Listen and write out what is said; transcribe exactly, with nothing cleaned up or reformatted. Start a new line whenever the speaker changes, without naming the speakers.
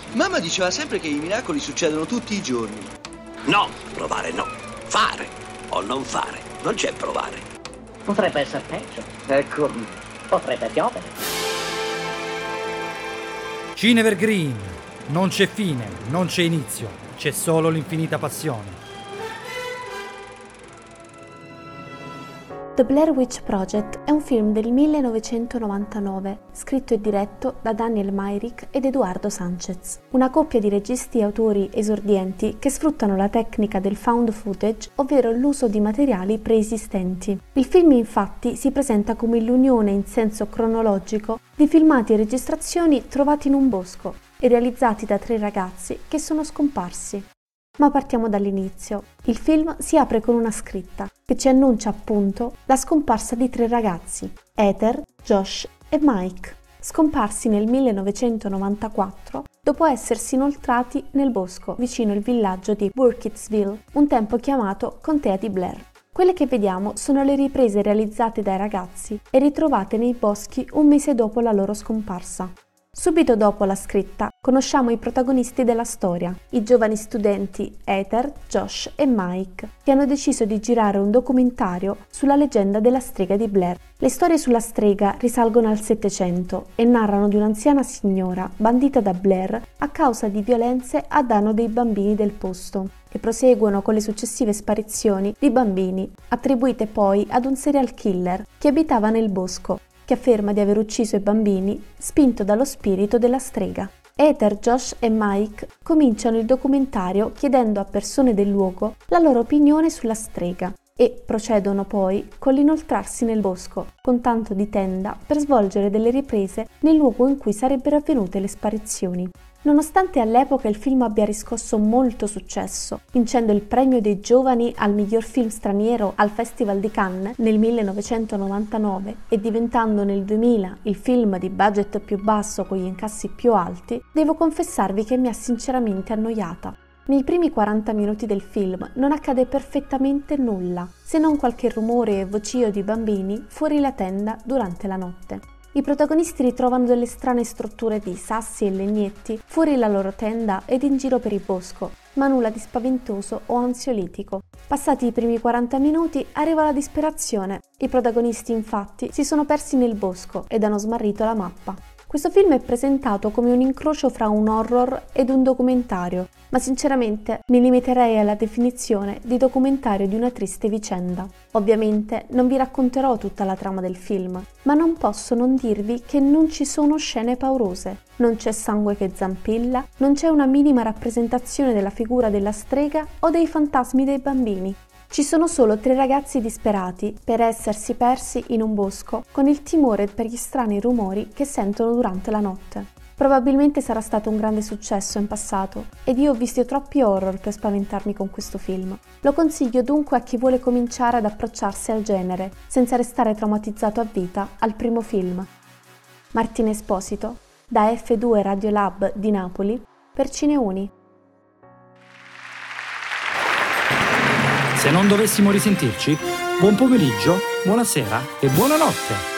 Mamma diceva sempre che i miracoli succedono tutti i giorni.
No, provare no. Fare o non fare. Non c'è provare.
Potrebbe essere peggio. Ecco, potrebbe piovere.
Cinevergreen. Non c'è fine, non c'è inizio, c'è solo l'infinita passione.
The Blair Witch Project è un film del millenovecentonovantanove, scritto e diretto da Daniel Myrick ed Eduardo Sanchez, una coppia di registi e autori esordienti che sfruttano la tecnica del found footage, ovvero l'uso di materiali preesistenti. Il film infatti si presenta come l'unione in senso cronologico di filmati e registrazioni trovati in un bosco e realizzati da tre ragazzi che sono scomparsi. Ma partiamo dall'inizio. Il film si apre con una scritta che ci annuncia appunto la scomparsa di tre ragazzi, Heather, Josh e Mike, scomparsi nel millenovecentonovantaquattro dopo essersi inoltrati nel bosco vicino il villaggio di Burkittsville, un tempo chiamato Contea di Blair. Quelle che vediamo sono le riprese realizzate dai ragazzi e ritrovate nei boschi un mese dopo la loro scomparsa. Subito dopo la scritta conosciamo i protagonisti della storia, i giovani studenti Heather, Josh e Mike, che hanno deciso di girare un documentario sulla leggenda della strega di Blair. Le storie sulla strega risalgono al Settecento e narrano di un'anziana signora bandita da Blair a causa di violenze a danno dei bambini del posto, che proseguono con le successive sparizioni di bambini, attribuite poi ad un serial killer che abitava nel bosco, che afferma di aver ucciso i bambini spinto dallo spirito della strega. Heather, Josh e Mike cominciano il documentario chiedendo a persone del luogo la loro opinione sulla strega e procedono poi con l'inoltrarsi nel bosco con tanto di tenda per svolgere delle riprese nel luogo in cui sarebbero avvenute le sparizioni. Nonostante all'epoca il film abbia riscosso molto successo, vincendo il premio dei giovani al miglior film straniero al Festival di Cannes nel millenovecentonovantanove e diventando nel duemila il film di budget più basso con gli incassi più alti, devo confessarvi che mi ha sinceramente annoiata. Nei primi quaranta minuti del film non accade perfettamente nulla, se non qualche rumore e vocio di bambini fuori la tenda durante la notte. I protagonisti ritrovano delle strane strutture di sassi e legnetti fuori la loro tenda ed in giro per il bosco, ma nulla di spaventoso o ansiolitico. Passati i primi quaranta minuti arriva la disperazione. I protagonisti infatti si sono persi nel bosco ed hanno smarrito la mappa. Questo film è presentato come un incrocio fra un horror ed un documentario, ma sinceramente mi limiterei alla definizione di documentario di una triste vicenda. Ovviamente non vi racconterò tutta la trama del film, ma non posso non dirvi che non ci sono scene paurose, non c'è sangue che zampilla, non c'è una minima rappresentazione della figura della strega o dei fantasmi dei bambini. Ci sono solo tre ragazzi disperati per essersi persi in un bosco con il timore per gli strani rumori che sentono durante la notte. Probabilmente sarà stato un grande successo in passato ed io ho visto troppi horror per spaventarmi con questo film. Lo consiglio dunque a chi vuole cominciare ad approcciarsi al genere senza restare traumatizzato a vita al primo film. Martina Esposito, da F due Radiolab di Napoli, per Cineuni.
Se non dovessimo risentirci, buon pomeriggio, buonasera e buonanotte!